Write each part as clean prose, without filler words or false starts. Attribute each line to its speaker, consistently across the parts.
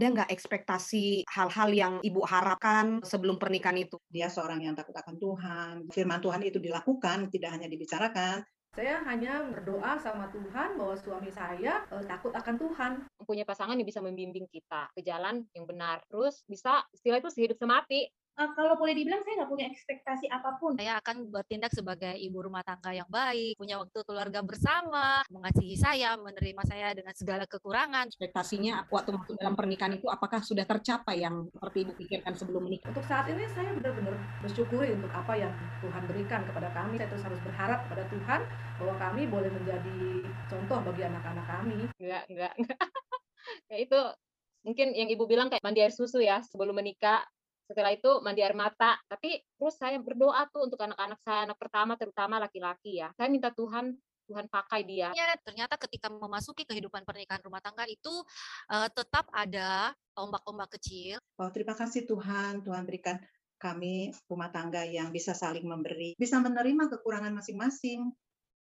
Speaker 1: ada nggak ekspektasi hal-hal yang Ibu harapkan sebelum pernikahan itu?
Speaker 2: Dia seorang yang takut akan Tuhan, firman Tuhan itu dilakukan, tidak hanya dibicarakan.
Speaker 3: Saya hanya berdoa sama Tuhan bahwa suami saya takut akan Tuhan.
Speaker 4: Mempunyai pasangan yang bisa membimbing kita ke jalan yang benar. Terus bisa istilah itu sehidup semati.
Speaker 5: Kalau boleh dibilang saya nggak punya ekspektasi apapun.
Speaker 6: Saya akan bertindak sebagai ibu rumah tangga yang baik, punya waktu keluarga bersama, mengasihi saya, menerima saya dengan segala kekurangan.
Speaker 1: Ekspektasinya waktu masuk dalam pernikahan itu apakah sudah tercapai yang seperti Ibu pikirkan sebelum menikah?
Speaker 3: Untuk saat ini saya benar-benar bersyukuri untuk apa yang Tuhan berikan kepada kami. Saya terus harus berharap kepada Tuhan bahwa kami boleh menjadi contoh bagi anak-anak kami.
Speaker 4: Enggak. Ya itu mungkin yang Ibu bilang kayak mandi air susu ya sebelum menikah. Setelah itu mandi air mata. Tapi terus saya berdoa tuh untuk anak-anak saya, anak pertama terutama laki-laki ya. Saya minta Tuhan pakai dia.
Speaker 6: Ya, ternyata ketika memasuki kehidupan pernikahan rumah tangga itu tetap ada ombak-ombak kecil.
Speaker 2: Oh, terima kasih Tuhan, Tuhan berikan kami rumah tangga yang bisa saling memberi, bisa menerima kekurangan masing-masing.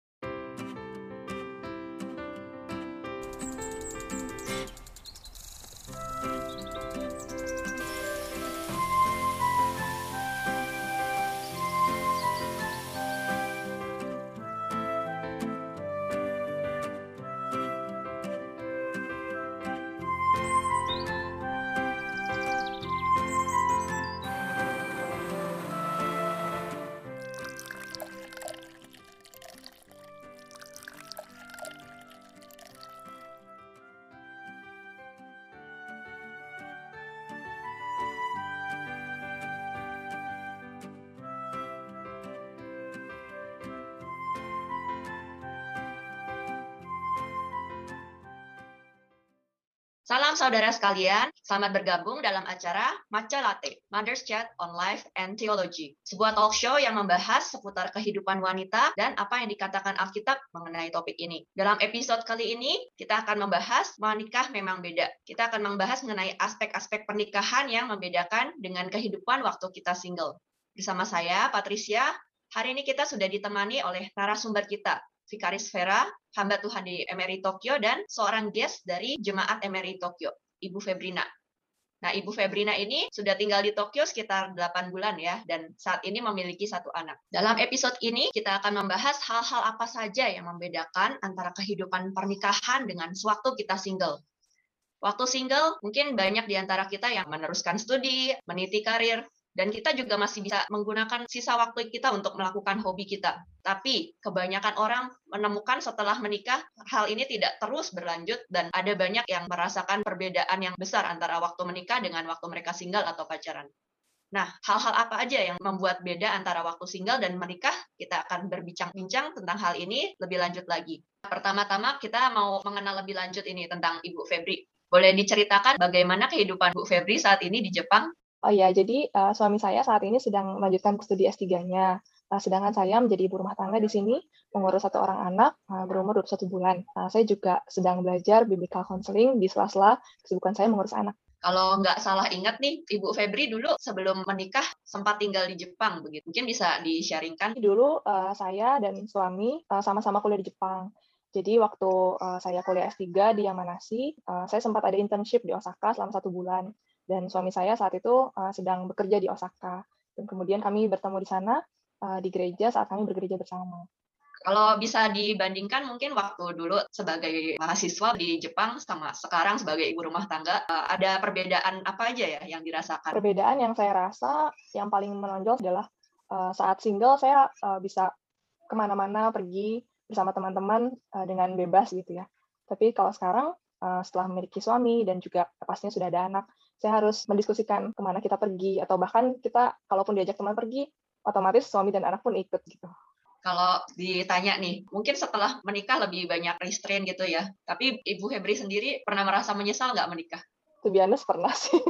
Speaker 7: Salam saudara sekalian, selamat bergabung dalam acara Matcha Latte, Mother's Chat on Life and Theology, sebuah talk show yang membahas seputar kehidupan wanita dan apa yang dikatakan Alkitab mengenai topik ini. Dalam episode kali ini, kita akan membahas menikah memang beda. Kita akan membahas mengenai aspek-aspek pernikahan yang membedakan dengan kehidupan waktu kita single. Bersama saya, Patricia, hari ini kita sudah ditemani oleh narasumber kita, Vikaris Vera, hamba Tuhan di MRI Tokyo, dan seorang guest dari Jemaat MRI Tokyo, Ibu Febrina. Nah, Ibu Febrina ini sudah tinggal di Tokyo sekitar 8 bulan ya, dan saat ini memiliki 1 anak. Dalam episode ini, kita akan membahas hal-hal apa saja yang membedakan antara kehidupan pernikahan dengan sewaktu kita single. Waktu single, mungkin banyak di antara kita yang meneruskan studi, meniti karir, dan kita juga masih bisa menggunakan sisa waktu kita untuk melakukan hobi kita. Tapi kebanyakan orang menemukan setelah menikah, hal ini tidak terus berlanjut dan ada banyak yang merasakan perbedaan yang besar antara waktu menikah dengan waktu mereka single atau pacaran. Nah, hal-hal apa aja yang membuat beda antara waktu single dan menikah? Kita akan berbincang-bincang tentang hal ini lebih lanjut lagi. Pertama-tama kita mau mengenal lebih lanjut ini tentang Ibu Febri. Boleh diceritakan bagaimana kehidupan Bu Febri saat ini di Jepang?
Speaker 8: Oh iya, jadi suami saya saat ini sedang melanjutkan studi S3-nya. Sedangkan saya menjadi ibu rumah tangga di sini, mengurus 1 orang anak berumur 21 bulan. Saya juga sedang belajar biblical counseling di sela-sela kesibukan saya mengurus anak.
Speaker 7: Kalau nggak salah ingat nih, Ibu Febri dulu sebelum menikah sempat tinggal di Jepang, begitu. Mungkin bisa di-sharingkan.
Speaker 8: Dulu saya dan suami sama-sama kuliah di Jepang. Jadi waktu saya kuliah S3 di Yamanashi, saya sempat ada internship di Osaka selama 1 bulan. Dan suami saya saat itu sedang bekerja di Osaka. Dan kemudian kami bertemu di sana, di gereja saat kami bergereja bersama.
Speaker 7: Kalau bisa dibandingkan mungkin waktu dulu sebagai mahasiswa di Jepang sama sekarang sebagai ibu rumah tangga, ada perbedaan apa aja ya yang dirasakan?
Speaker 8: Perbedaan yang saya rasa yang paling menonjol adalah saat single saya bisa kemana-mana pergi bersama teman-teman dengan bebas gitu ya. Tapi kalau sekarang setelah memiliki suami dan juga pastinya sudah ada anak, saya harus mendiskusikan kemana kita pergi, atau bahkan kita kalaupun diajak teman pergi, otomatis suami dan anak pun ikut gitu.
Speaker 7: Kalau ditanya nih, mungkin setelah menikah lebih banyak restrain gitu ya, tapi Ibu Febri sendiri pernah merasa menyesal nggak menikah?
Speaker 8: To be honest, pernah sih.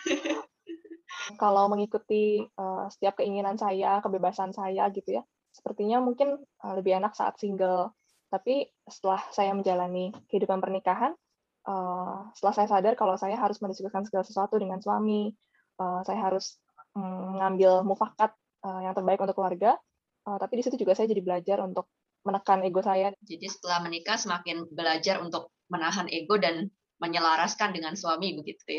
Speaker 8: Kalau mengikuti setiap keinginan saya, kebebasan saya gitu ya, sepertinya mungkin lebih enak saat single. Tapi setelah saya menjalani kehidupan pernikahan, setelah saya sadar kalau saya harus mendiskusikan segala sesuatu dengan suami, saya harus mengambil mufakat yang terbaik untuk keluarga, tapi di situ juga saya jadi belajar untuk menekan ego saya.
Speaker 7: Jadi setelah menikah semakin belajar untuk menahan ego dan menyelaraskan dengan suami begitu ya?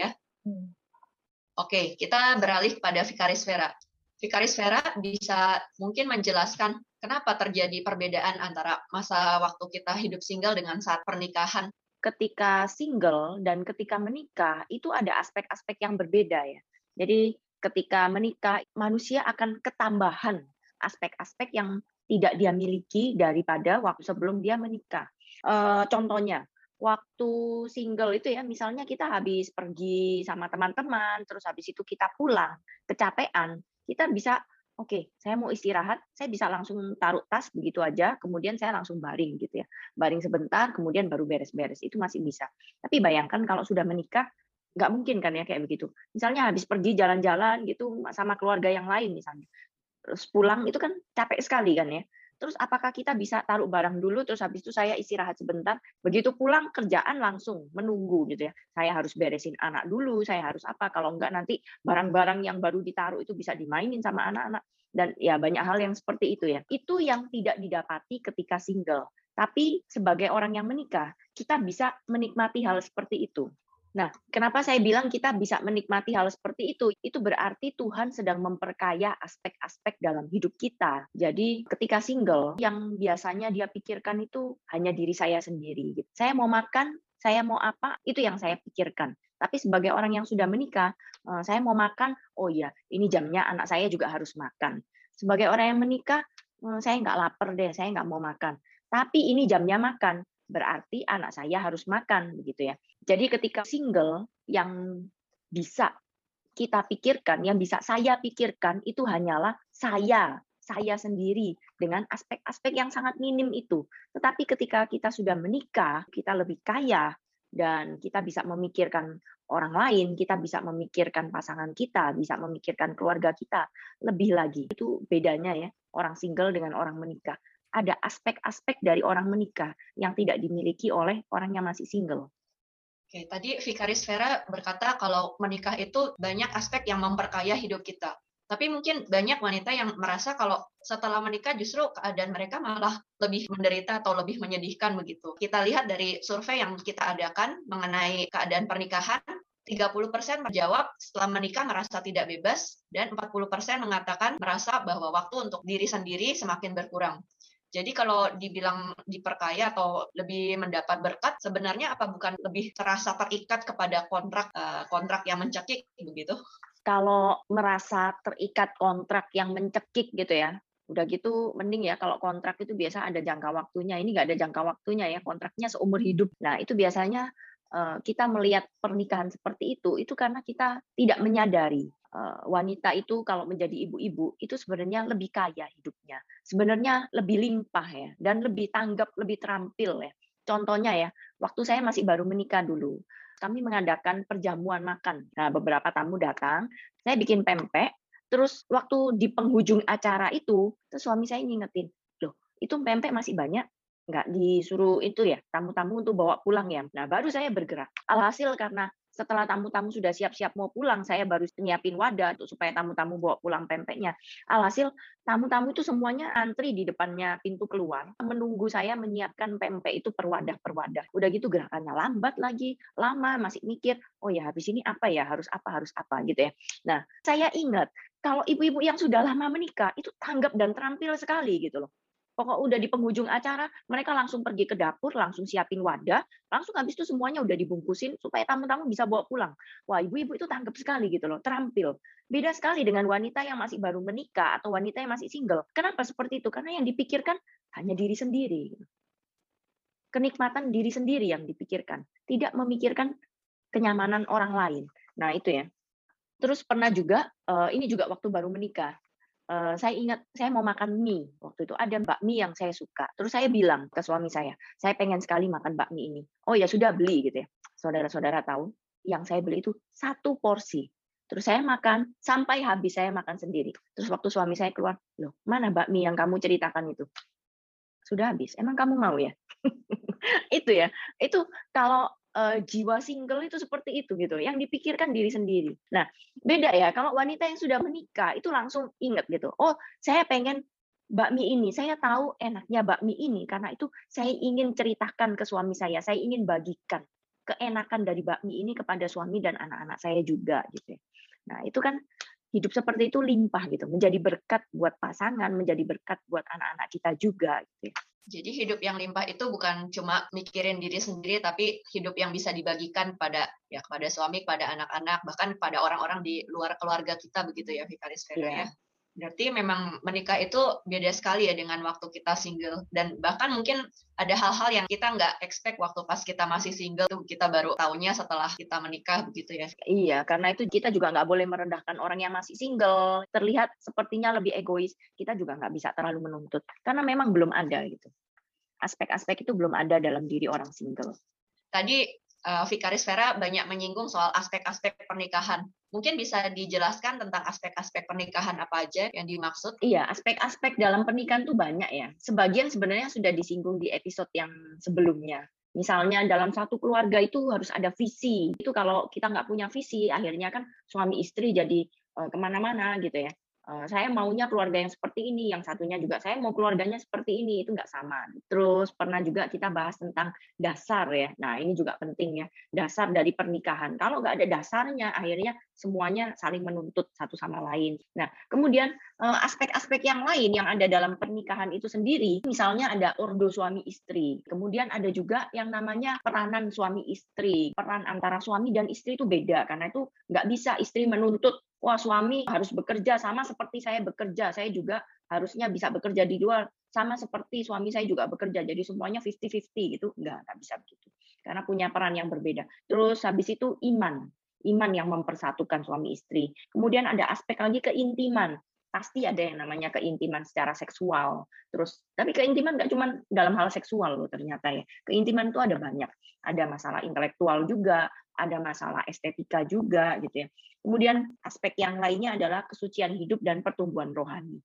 Speaker 7: Oke, kita beralih kepada Vikaris Vera. Vikaris Vera bisa mungkin menjelaskan kenapa terjadi perbedaan antara masa waktu kita hidup single dengan saat pernikahan.
Speaker 9: Ketika single dan ketika menikah itu ada aspek-aspek yang berbeda ya. Jadi ketika menikah manusia akan ketambahan aspek-aspek yang tidak dia miliki daripada waktu sebelum dia menikah. Contohnya, waktu single itu ya, misalnya kita habis pergi sama teman-teman, terus habis itu kita pulang, kecapean, kita bisa, oke, saya mau istirahat, saya bisa langsung taruh tas begitu aja, kemudian saya langsung baring gitu ya. Baring sebentar, kemudian baru beres-beres, itu masih bisa. Tapi bayangkan kalau sudah menikah, nggak mungkin kan ya kayak begitu. Misalnya habis pergi jalan-jalan gitu sama keluarga yang lain misalnya. Terus pulang itu kan capek sekali kan ya. Terus apakah kita bisa taruh barang dulu, terus habis itu saya istirahat sebentar, begitu pulang kerjaan langsung menunggu gitu ya. Saya harus beresin anak dulu, saya harus apa, kalau enggak nanti barang-barang yang baru ditaruh itu bisa dimainin sama anak-anak. Dan ya banyak hal yang seperti itu ya. Itu yang tidak didapati ketika single. Tapi sebagai orang yang menikah, kita bisa menikmati hal seperti itu. Nah, kenapa saya bilang kita bisa menikmati hal seperti itu? Itu berarti Tuhan sedang memperkaya aspek-aspek dalam hidup kita. Jadi ketika single, yang biasanya dia pikirkan itu hanya diri saya sendiri. Saya mau makan, saya mau apa, itu yang saya pikirkan. Tapi sebagai orang yang sudah menikah, saya mau makan, oh iya, ini jamnya anak saya juga harus makan. Sebagai orang yang menikah, saya nggak lapar deh, saya nggak mau makan. Tapi ini jamnya makan, berarti anak saya harus makan, begitu ya. Jadi ketika single yang bisa kita pikirkan, yang bisa saya pikirkan itu hanyalah saya sendiri dengan aspek-aspek yang sangat minim itu. Tetapi ketika kita sudah menikah, kita lebih kaya dan kita bisa memikirkan orang lain, kita bisa memikirkan pasangan kita, bisa memikirkan keluarga kita lebih lagi. Itu bedanya ya, orang single dengan orang menikah. Ada aspek-aspek dari orang menikah yang tidak dimiliki oleh orang yang masih single.
Speaker 7: Oke, tadi Vikaris Vera berkata kalau menikah itu banyak aspek yang memperkaya hidup kita. Tapi mungkin banyak wanita yang merasa kalau setelah menikah justru keadaan mereka malah lebih menderita atau lebih menyedihkan begitu. Kita lihat dari survei yang kita adakan mengenai keadaan pernikahan, 30% menjawab setelah menikah merasa tidak bebas, dan 40% mengatakan merasa bahwa waktu untuk diri sendiri semakin berkurang. Jadi kalau dibilang diperkaya atau lebih mendapat berkat, sebenarnya apa bukan lebih terasa terikat kepada kontrak yang mencekik begitu?
Speaker 9: Kalau merasa terikat kontrak yang mencekik gitu ya, udah gitu mending ya kalau kontrak itu biasa ada jangka waktunya. Ini nggak ada jangka waktunya ya, kontraknya seumur hidup. Nah itu biasanya kita melihat pernikahan seperti itu karena kita tidak menyadari wanita itu kalau menjadi ibu-ibu itu sebenarnya lebih kaya hidupnya, sebenarnya lebih limpah ya, dan lebih tanggap, lebih terampil ya. Contohnya ya, waktu saya masih baru menikah dulu, kami mengadakan perjamuan makan. Nah, beberapa tamu datang, saya bikin pempek, terus waktu di penghujung acara itu, terus suami saya ngingetin, loh, itu pempek masih banyak, nggak disuruh itu ya, tamu-tamu untuk bawa pulang ya. Nah, baru saya bergerak. Alhasil karena setelah tamu-tamu sudah siap-siap mau pulang, saya baru nyiapin wadah supaya tamu-tamu bawa pulang pempeknya. Alhasil tamu-tamu itu semuanya antri di depannya pintu keluar, menunggu saya menyiapkan pempek itu per wadah per wadah. Udah gitu gerakannya lambat lagi, lama, masih mikir, oh ya habis ini apa ya, harus apa gitu ya. Nah, saya ingat kalau ibu-ibu yang sudah lama menikah itu tanggap dan terampil sekali gitu loh. Pokok udah di penghujung acara, mereka langsung pergi ke dapur, langsung siapin wadah, langsung habis itu semuanya udah dibungkusin supaya tamu-tamu bisa bawa pulang. Wah, ibu-ibu itu tanggap sekali gitu loh, terampil. Beda sekali dengan wanita yang masih baru menikah atau wanita yang masih single. Kenapa seperti itu? Karena yang dipikirkan hanya diri sendiri. Kenikmatan diri sendiri yang dipikirkan, tidak memikirkan kenyamanan orang lain. Nah, itu ya. Terus pernah juga, ini juga waktu baru menikah. Saya ingat saya mau makan mie waktu itu, ada bakmi yang saya suka. Terus saya bilang ke suami saya pengen sekali makan bakmi ini. Oh ya sudah, beli gitu ya. Saudara-saudara tahu, yang saya beli itu 1 porsi. Terus saya makan sampai habis, saya makan sendiri. Terus waktu suami saya keluar, loh mana bakmi yang kamu ceritakan itu? Sudah habis. Emang kamu mau ya? Itu ya. Itu kalau jiwa single itu seperti itu gitu, yang dipikirkan diri sendiri. Nah, beda ya kalau wanita yang sudah menikah itu langsung ingat gitu. Oh, saya pengen bakmi ini, saya tahu enaknya bakmi ini karena itu saya ingin ceritakan ke suami saya ingin bagikan. keenakan dari bakmi ini kepada suami dan anak-anak saya juga gitu ya. Nah, itu kan hidup seperti itu limpah gitu, menjadi berkat buat pasangan, menjadi berkat buat anak-anak kita juga gitu ya.
Speaker 7: Jadi hidup yang limpah itu bukan cuma mikirin diri sendiri, tapi hidup yang bisa dibagikan kepada suami, kepada anak-anak, bahkan pada orang-orang di luar keluarga kita begitu ya, Vikaris Vera ya. Berarti memang menikah itu beda sekali ya dengan waktu kita single. Dan bahkan mungkin ada hal-hal yang kita nggak expect waktu pas kita masih single, tuh kita baru taunya setelah kita menikah begitu ya.
Speaker 9: Iya, karena itu kita juga nggak boleh merendahkan orang yang masih single. Terlihat sepertinya lebih egois, kita juga nggak bisa terlalu menuntut. Karena memang belum ada gitu. Aspek-aspek itu belum ada dalam diri orang single.
Speaker 7: Tadi Vikaris Vera banyak menyinggung soal aspek-aspek pernikahan. Mungkin bisa dijelaskan tentang aspek-aspek pernikahan apa aja yang dimaksud?
Speaker 9: Iya, aspek-aspek dalam pernikahan tuh banyak ya. Sebagian sebenarnya sudah disinggung di episode yang sebelumnya. Misalnya dalam satu keluarga itu harus ada visi. Itu kalau kita nggak punya visi, akhirnya kan suami istri jadi kemana-mana gitu ya. Saya maunya keluarga yang seperti ini, yang satunya juga saya mau keluarganya seperti ini, itu nggak sama. Terus pernah juga kita bahas tentang dasar ya. Nah, ini juga penting ya, dasar dari pernikahan. Kalau nggak ada dasarnya, akhirnya semuanya saling menuntut satu sama lain. Nah, kemudian aspek-aspek yang lain yang ada dalam pernikahan itu sendiri, misalnya ada ordo suami istri. Kemudian ada juga yang namanya peranan suami istri. Peran antara suami dan istri itu beda, karena itu nggak bisa istri menuntut, wah suami harus bekerja sama seperti saya bekerja, saya juga harusnya bisa bekerja di luar sama seperti suami saya juga bekerja, jadi semuanya 50-50 gitu, nggak bisa begitu, karena punya peran yang berbeda. Terus habis itu iman yang mempersatukan suami istri. Kemudian ada aspek lagi keintiman, pasti ada yang namanya keintiman secara seksual. Terus tapi keintiman nggak cuma dalam hal seksual loh ternyata ya, keintiman itu ada banyak, ada masalah intelektual juga, ada masalah estetika juga gitu ya. Kemudian aspek yang lainnya adalah kesucian hidup dan pertumbuhan rohani.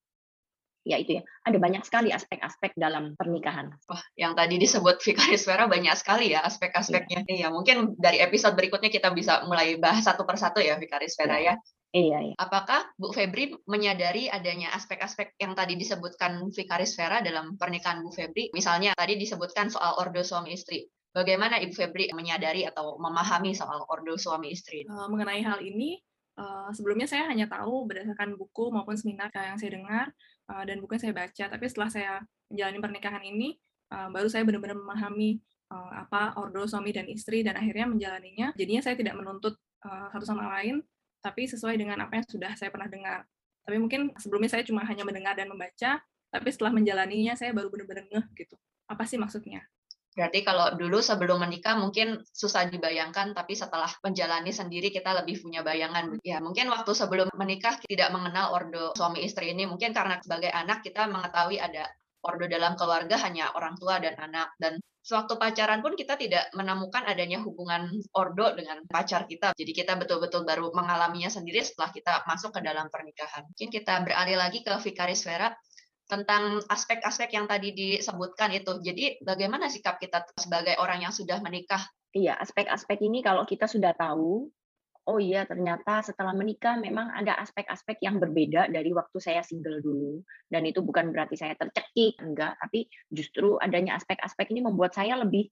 Speaker 9: Ya itu ya, ada banyak sekali aspek-aspek dalam pernikahan.
Speaker 7: Wah, yang tadi disebut Vikaris Vera banyak sekali ya aspek-aspeknya. Iya, mungkin dari episode berikutnya kita bisa mulai bahas satu persatu ya Vikaris Vera ya.
Speaker 9: Iya.
Speaker 7: Apakah Bu Febri menyadari adanya aspek-aspek yang tadi disebutkan Vikaris Vera dalam pernikahan Bu Febri? Misalnya tadi disebutkan soal ordo suami istri. Bagaimana Ibu Febri menyadari atau memahami soal ordo suami istri?
Speaker 10: Mengenai hal ini, sebelumnya saya hanya tahu berdasarkan buku maupun seminar yang saya dengar dan buku yang saya baca. Tapi setelah saya menjalani pernikahan ini, baru saya benar-benar memahami apa ordo suami dan istri dan akhirnya menjalaninya. Jadinya saya tidak menuntut satu sama lain, tapi sesuai dengan apa yang sudah saya pernah dengar. Tapi mungkin sebelumnya saya cuma hanya mendengar dan membaca, tapi setelah menjalaninya saya baru benar-benar ngeh gitu. Apa sih maksudnya?
Speaker 7: Berarti kalau dulu sebelum menikah mungkin susah dibayangkan, tapi setelah menjalani sendiri kita lebih punya bayangan. Ya, mungkin waktu sebelum menikah tidak mengenal ordo suami istri ini, mungkin karena sebagai anak kita mengetahui ada ordo dalam keluarga hanya orang tua dan anak. Dan sewaktu pacaran pun kita tidak menemukan adanya hubungan ordo dengan pacar kita. Jadi kita betul-betul baru mengalaminya sendiri setelah kita masuk ke dalam pernikahan. Mungkin kita beralih lagi ke Vikaris Vera tentang aspek-aspek yang tadi disebutkan itu. Jadi bagaimana sikap kita sebagai orang yang sudah menikah?
Speaker 9: Iya, aspek-aspek ini kalau kita sudah tahu, oh iya ternyata setelah menikah memang ada aspek-aspek yang berbeda dari waktu saya single dulu. Dan itu bukan berarti saya tercekik, enggak, tapi justru adanya aspek-aspek ini membuat saya lebih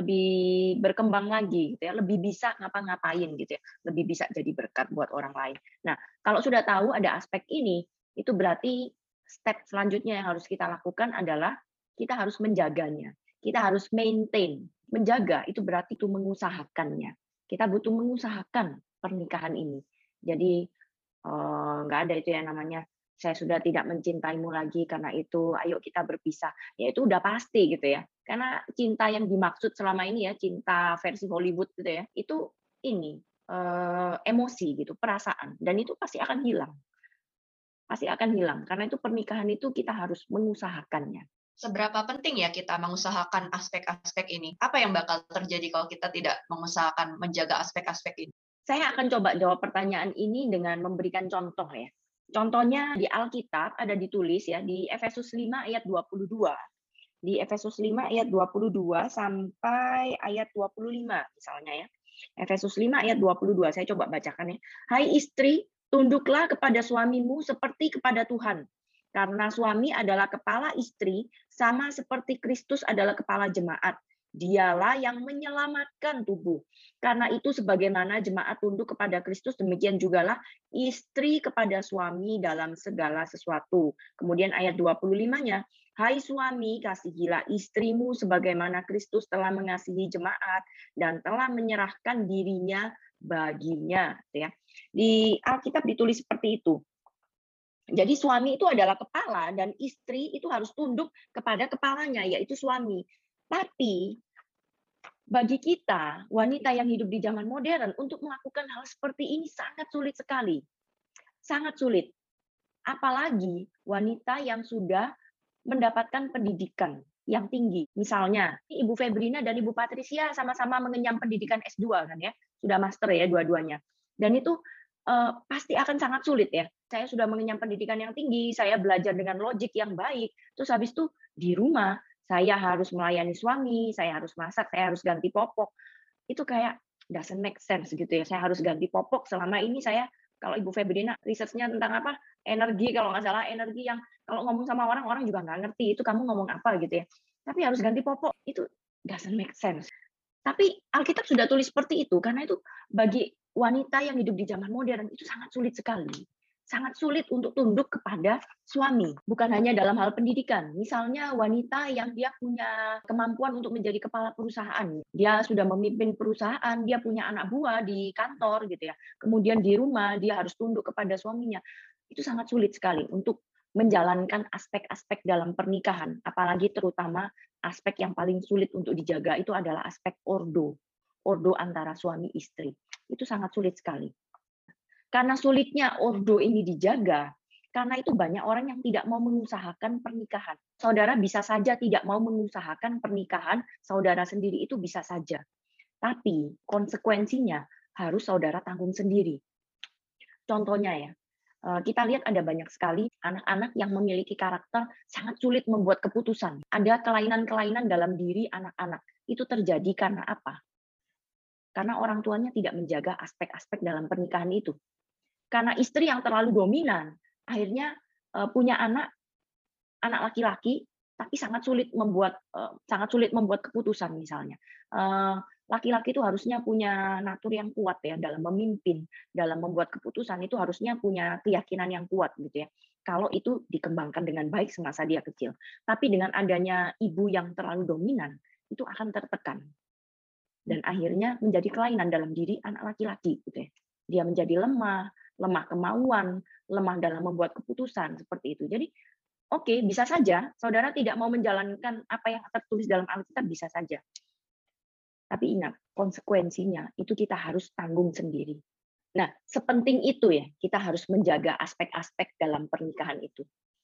Speaker 9: berkembang lagi gitu ya, lebih bisa ngapa-ngapain gitu ya, lebih bisa jadi berkat buat orang lain. Nah, kalau sudah tahu ada aspek ini, itu berarti step selanjutnya yang harus kita lakukan adalah kita harus menjaganya. Kita harus maintain. Menjaga itu berarti itu mengusahakannya. Kita butuh mengusahakan pernikahan ini. Jadi nggak ada itu yang namanya saya sudah tidak mencintaimu lagi karena itu ayo kita berpisah. Ya itu udah pasti gitu ya. Karena cinta yang dimaksud selama ini ya, cinta versi Hollywood gitu ya, itu ini emosi gitu, perasaan, dan itu pasti akan hilang. Pasti akan hilang. Karena itu pernikahan itu kita harus mengusahakannya.
Speaker 7: Seberapa penting ya kita mengusahakan aspek-aspek ini? Apa yang bakal terjadi kalau kita tidak mengusahakan menjaga aspek-aspek ini?
Speaker 9: Saya akan coba jawab pertanyaan ini dengan memberikan contoh ya. Contohnya di Alkitab ada ditulis ya di Efesus 5 ayat 22. Di Efesus 5 ayat 22 sampai ayat 25 misalnya ya. Efesus 5 ayat 22 saya coba bacakan ya. Hai istri, tunduklah kepada suamimu seperti kepada Tuhan. Karena suami adalah kepala istri, sama seperti Kristus adalah kepala jemaat. Dialah yang menyelamatkan tubuh. Karena itu sebagaimana jemaat tunduk kepada Kristus, demikian jugalah istri kepada suami dalam segala sesuatu. Kemudian ayat 25-nya, hai suami, kasihilah istrimu sebagaimana Kristus telah mengasihi jemaat dan telah menyerahkan dirinya baginya. Ya. Di Alkitab ditulis seperti itu. Jadi suami itu adalah kepala dan istri itu harus tunduk kepada kepalanya, yaitu suami. Tapi bagi kita, wanita yang hidup di zaman modern, untuk melakukan hal seperti ini sangat sulit sekali. Sangat sulit. Apalagi wanita yang sudah mendapatkan pendidikan yang tinggi. Misalnya, Ibu Febrina dan Ibu Patricia sama-sama mengenyam pendidikan S2 kan ya. Sudah master ya dua-duanya. Dan itu pasti akan sangat sulit ya. Saya sudah mengenyam pendidikan yang tinggi, saya belajar dengan logik yang baik. Terus habis itu di rumah saya harus melayani suami, saya harus masak, saya harus ganti popok. Itu kayak doesn't make sense gitu ya. Saya harus ganti popok selama ini saya, kalau Ibu Febrina risetnya tentang apa? Energi, kalau nggak salah, energi yang kalau ngomong sama orang juga nggak ngerti. Itu kamu ngomong apa gitu ya. Tapi harus ganti popok, itu doesn't make sense. Tapi Alkitab sudah tulis seperti itu, karena itu bagi wanita yang hidup di zaman modern itu sangat sulit sekali. Sangat sulit untuk tunduk kepada suami. Bukan hanya dalam hal pendidikan. Misalnya wanita yang dia punya kemampuan untuk menjadi kepala perusahaan. Dia sudah memimpin perusahaan, dia punya anak buah di kantor gitu ya. Kemudian di rumah dia harus tunduk kepada suaminya. Itu sangat sulit sekali untuk menjalankan aspek-aspek dalam pernikahan. Apalagi terutama aspek yang paling sulit untuk dijaga itu adalah aspek ordo. Ordo antara suami istri. Itu sangat sulit sekali. Karena sulitnya ordo ini dijaga, karena itu banyak orang yang tidak mau mengusahakan pernikahan. Saudara bisa saja tidak mau mengusahakan pernikahan, saudara sendiri itu bisa saja. Tapi konsekuensinya harus saudara tanggung sendiri. Contohnya ya, kita lihat ada banyak sekali anak-anak yang memiliki karakter sangat sulit membuat keputusan. Ada kelainan-kelainan dalam diri anak-anak. Itu terjadi karena apa? Karena orang tuanya tidak menjaga aspek-aspek dalam pernikahan itu. Karena istri yang terlalu dominan, akhirnya punya anak laki-laki, tapi sangat sulit membuat keputusan misalnya. Laki-laki itu harusnya punya natur yang kuat ya dalam memimpin, dalam membuat keputusan itu harusnya punya keyakinan yang kuat gitu ya. Kalau itu dikembangkan dengan baik semasa dia kecil. Tapi dengan adanya ibu yang terlalu dominan, itu akan tertekan. Dan akhirnya menjadi kelainan dalam diri anak laki-laki gitu ya. Dia menjadi lemah kemauan, lemah dalam membuat keputusan seperti itu. Jadi, oke, bisa saja saudara tidak mau menjalankan apa yang tertulis dalam Alkitab, bisa saja. Tapi ingat, konsekuensinya itu kita harus tanggung sendiri. Nah, sepenting itu ya, kita harus menjaga aspek-aspek dalam pernikahan itu.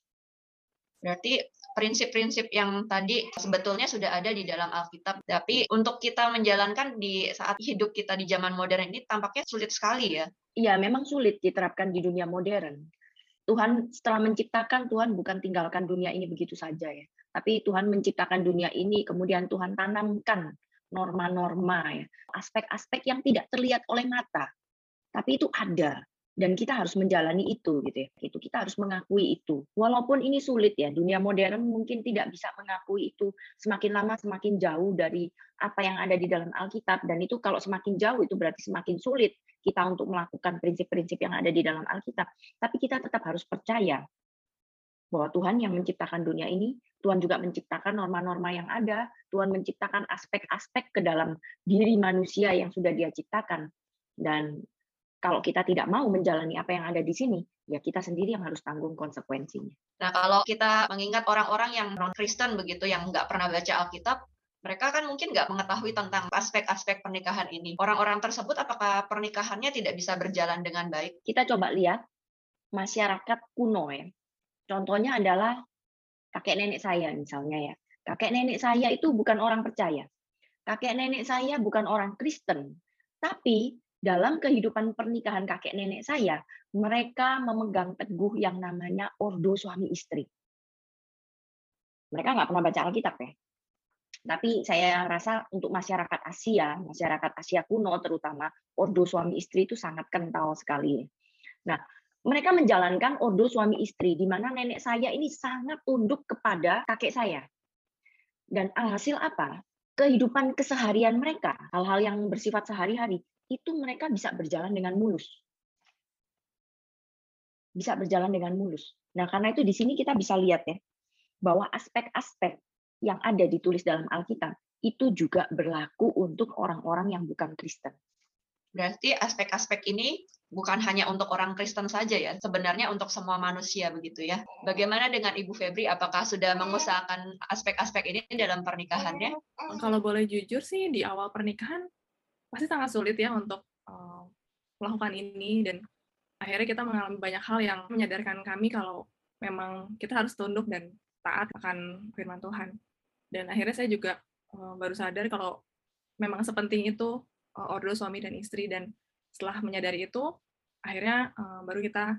Speaker 7: Berarti prinsip-prinsip yang tadi sebetulnya sudah ada di dalam Alkitab, tapi untuk kita menjalankan di saat hidup kita di zaman modern ini tampaknya sulit sekali ya.
Speaker 9: Iya, memang sulit diterapkan di dunia modern. Tuhan setelah menciptakan, Tuhan bukan tinggalkan dunia ini begitu saja ya. Tapi Tuhan menciptakan dunia ini, kemudian Tuhan tanamkan norma-norma ya, aspek-aspek yang tidak terlihat oleh mata. Tapi itu ada. Dan kita harus menjalani itu gitu ya. Itu kita harus mengakui itu. Walaupun ini sulit ya, dunia modern mungkin tidak bisa mengakui itu. Semakin lama semakin jauh dari apa yang ada di dalam Alkitab, dan itu kalau semakin jauh itu berarti semakin sulit kita untuk melakukan prinsip-prinsip yang ada di dalam Alkitab. Tapi kita tetap harus percaya bahwa Tuhan yang menciptakan dunia ini, Tuhan juga menciptakan norma-norma yang ada, Tuhan menciptakan aspek-aspek ke dalam diri manusia yang sudah Dia ciptakan. Dan kalau kita tidak mau menjalani apa yang ada di sini, ya kita sendiri yang harus tanggung konsekuensinya.
Speaker 7: Nah, kalau kita mengingat orang-orang yang non-Kristen begitu, yang nggak pernah baca Alkitab, mereka kan mungkin nggak mengetahui tentang aspek-aspek pernikahan ini. Orang-orang tersebut apakah pernikahannya tidak bisa berjalan dengan baik?
Speaker 9: Kita coba lihat masyarakat kuno ya. Contohnya adalah kakek nenek saya misalnya ya. Kakek nenek saya itu bukan orang percaya. Kakek nenek saya bukan orang Kristen. Tapi dalam kehidupan pernikahan kakek nenek saya, mereka memegang teguh yang namanya ordo suami istri. Mereka nggak pernah baca Alkitab ya. Tapi saya rasa untuk masyarakat Asia kuno terutama, ordo suami istri itu sangat kental sekali. Nah, mereka menjalankan ordo suami istri, di mana nenek saya ini sangat tunduk kepada kakek saya. Dan alhasil apa? kehidupan keseharian mereka, hal-hal yang bersifat sehari-hari, itu mereka bisa berjalan dengan mulus. Bisa berjalan dengan mulus. Nah, karena itu di sini kita bisa lihat ya, bahwa aspek-aspek yang ada ditulis dalam Alkitab, itu juga berlaku untuk orang-orang yang bukan Kristen.
Speaker 7: Berarti aspek-aspek ini bukan hanya untuk orang Kristen saja ya, sebenarnya untuk semua manusia begitu ya. Bagaimana dengan Ibu Febri, apakah sudah mengusahakan aspek-aspek ini dalam pernikahannya?
Speaker 10: Kalau boleh jujur sih, di awal pernikahan pasti sangat sulit ya untuk melakukan ini, dan akhirnya kita mengalami banyak hal yang menyadarkan kami kalau memang kita harus tunduk dan taat akan firman Tuhan. Dan akhirnya saya juga baru sadar kalau memang sepenting itu ordo suami dan istri, dan setelah menyadari itu akhirnya baru kita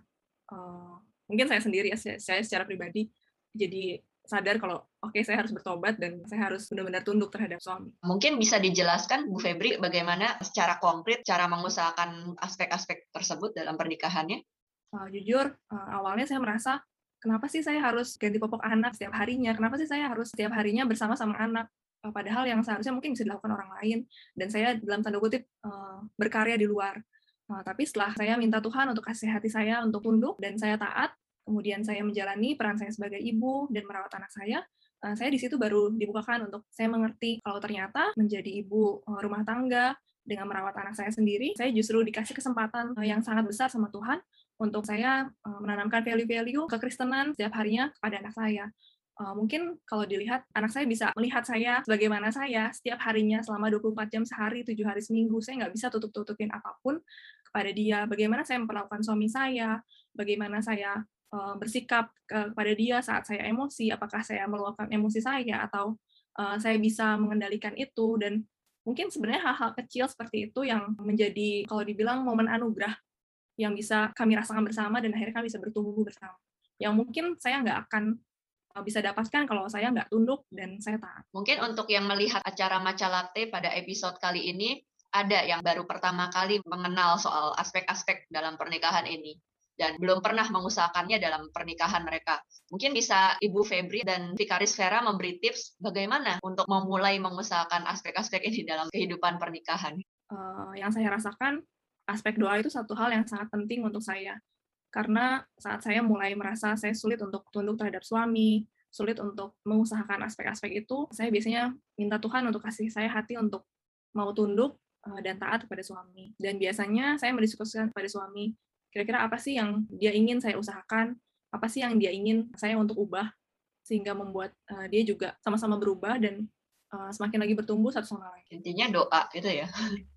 Speaker 10: mungkin saya sendiri, saya secara pribadi jadi sadar kalau oke, saya harus bertobat dan saya harus benar-benar tunduk terhadap suami.
Speaker 7: Mungkin bisa dijelaskan Bu Febri bagaimana secara konkret cara mengusahakan aspek-aspek tersebut dalam pernikahannya?
Speaker 10: Jujur awalnya saya merasa kenapa sih saya harus ganti popok anak setiap harinya, kenapa sih saya harus setiap harinya bersama-sama anak, padahal yang seharusnya mungkin bisa dilakukan orang lain, dan saya dalam tanda kutip berkarya di luar. Tapi setelah saya minta Tuhan untuk kasih hati saya untuk tunduk dan saya taat, kemudian saya menjalani peran saya sebagai ibu dan merawat anak saya di situ baru dibukakan untuk saya mengerti kalau ternyata menjadi ibu rumah tangga dengan merawat anak saya sendiri, saya justru dikasih kesempatan yang sangat besar sama Tuhan untuk saya menanamkan value-value kekristenan setiap harinya kepada anak saya. Mungkin kalau dilihat, anak saya bisa melihat saya sebagaimana saya setiap harinya selama 24 jam sehari, 7 hari seminggu. Saya nggak bisa tutup-tutupin apapun kepada dia. Bagaimana saya memperlakukan suami saya, bagaimana saya bersikap kepada dia saat saya emosi, apakah saya meluapkan emosi saya, atau saya bisa mengendalikan itu. Dan mungkin sebenarnya hal-hal kecil seperti itu yang menjadi, kalau dibilang, momen anugerah yang bisa kami rasakan bersama dan akhirnya kami bisa bertumbuh bersama. Yang mungkin saya nggak akan bisa dapatkan kalau saya nggak tunduk dan saya taat.
Speaker 7: Mungkin untuk yang melihat acara Matcha Latte pada episode kali ini, ada yang baru pertama kali mengenal soal aspek-aspek dalam pernikahan ini dan belum pernah mengusahakannya dalam pernikahan mereka. Mungkin bisa Ibu Febri dan Vikaris Vera memberi tips bagaimana untuk memulai mengusahakan aspek-aspek ini dalam kehidupan pernikahan.
Speaker 10: Yang saya rasakan, aspek doa itu satu hal yang sangat penting untuk saya. Karena saat saya mulai merasa saya sulit untuk tunduk terhadap suami, sulit untuk mengusahakan aspek-aspek itu, saya biasanya minta Tuhan untuk kasih saya hati untuk mau tunduk dan taat kepada suami. Dan biasanya saya mendiskusikan kepada suami, kira-kira apa sih yang dia ingin saya usahakan, apa sih yang dia ingin saya untuk ubah, sehingga membuat dia juga sama-sama berubah dan semakin lagi bertumbuh satu sama lain.
Speaker 7: Intinya doa gitu ya?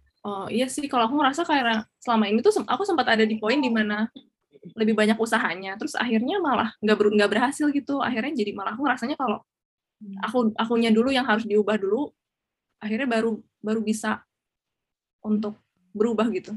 Speaker 10: Iya sih, kalau aku ngerasa kayak selama ini tuh aku sempat ada di poin di mana lebih banyak usahanya, terus akhirnya malah nggak berhasil gitu. Akhirnya jadi malah aku rasanya kalau akunya dulu yang harus diubah dulu, akhirnya baru bisa untuk berubah gitu.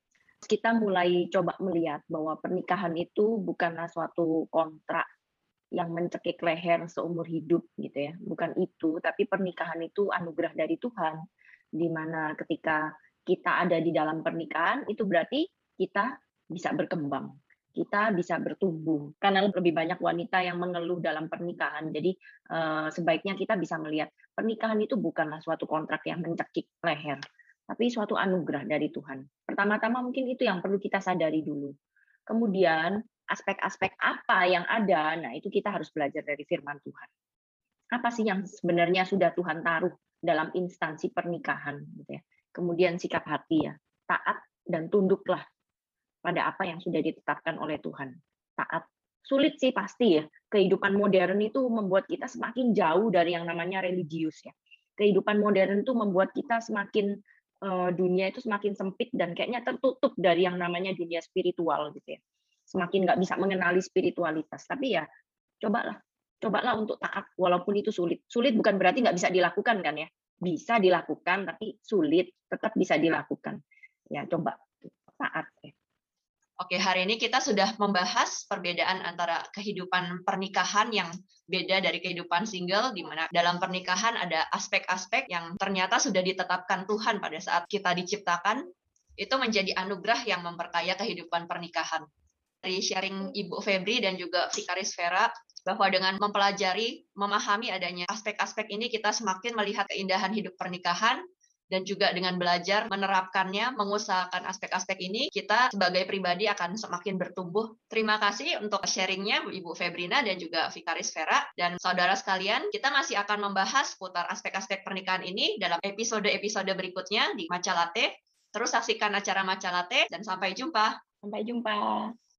Speaker 9: Kita mulai coba melihat bahwa pernikahan itu bukanlah suatu kontrak yang mencekik leher seumur hidup gitu ya. Bukan itu, tapi pernikahan itu anugerah dari Tuhan, di mana ketika kita ada di dalam pernikahan itu berarti kita bisa berkembang, kita bisa bertumbuh. Karena lebih banyak wanita yang mengeluh dalam pernikahan. Jadi sebaiknya kita bisa melihat pernikahan itu bukanlah suatu kontrak yang mencekik leher, tapi suatu anugerah dari Tuhan. Pertama-tama mungkin itu yang perlu kita sadari dulu. Kemudian aspek-aspek apa yang ada, nah itu kita harus belajar dari firman Tuhan. Apa sih yang sebenarnya sudah Tuhan taruh dalam instansi pernikahan gitu ya. Kemudian sikap hati ya, taat dan tunduklah pada apa yang sudah ditetapkan oleh Tuhan. Taat. Sulit sih pasti ya. Kehidupan modern itu membuat kita semakin jauh dari yang namanya religius ya. Kehidupan modern itu membuat kita semakin dunia itu semakin sempit dan kayaknya tertutup dari yang namanya dunia spiritual gitu ya. Semakin nggak bisa mengenali spiritualitas. Tapi ya cobalah untuk taat walaupun itu sulit. Sulit bukan berarti nggak bisa dilakukan kan ya. Bisa dilakukan tapi sulit, tetap bisa dilakukan. Ya coba taat ya.
Speaker 7: Oke, hari ini kita sudah membahas perbedaan antara kehidupan pernikahan yang beda dari kehidupan single, di mana dalam pernikahan ada aspek-aspek yang ternyata sudah ditetapkan Tuhan pada saat kita diciptakan, itu menjadi anugerah yang memperkaya kehidupan pernikahan. Dari sharing Ibu Febri dan juga Vikaris Vera, bahwa dengan mempelajari, memahami adanya aspek-aspek ini, kita semakin melihat keindahan hidup pernikahan, dan juga dengan belajar menerapkannya, mengusahakan aspek-aspek ini, kita sebagai pribadi akan semakin bertumbuh. Terima kasih untuk sharingnya Ibu Febrina dan juga Vikaris Vera. Dan saudara sekalian, kita masih akan membahas seputar aspek-aspek pernikahan ini dalam episode-episode berikutnya di Matcha Latte. Terus saksikan acara Matcha Latte dan sampai jumpa.
Speaker 9: Sampai jumpa.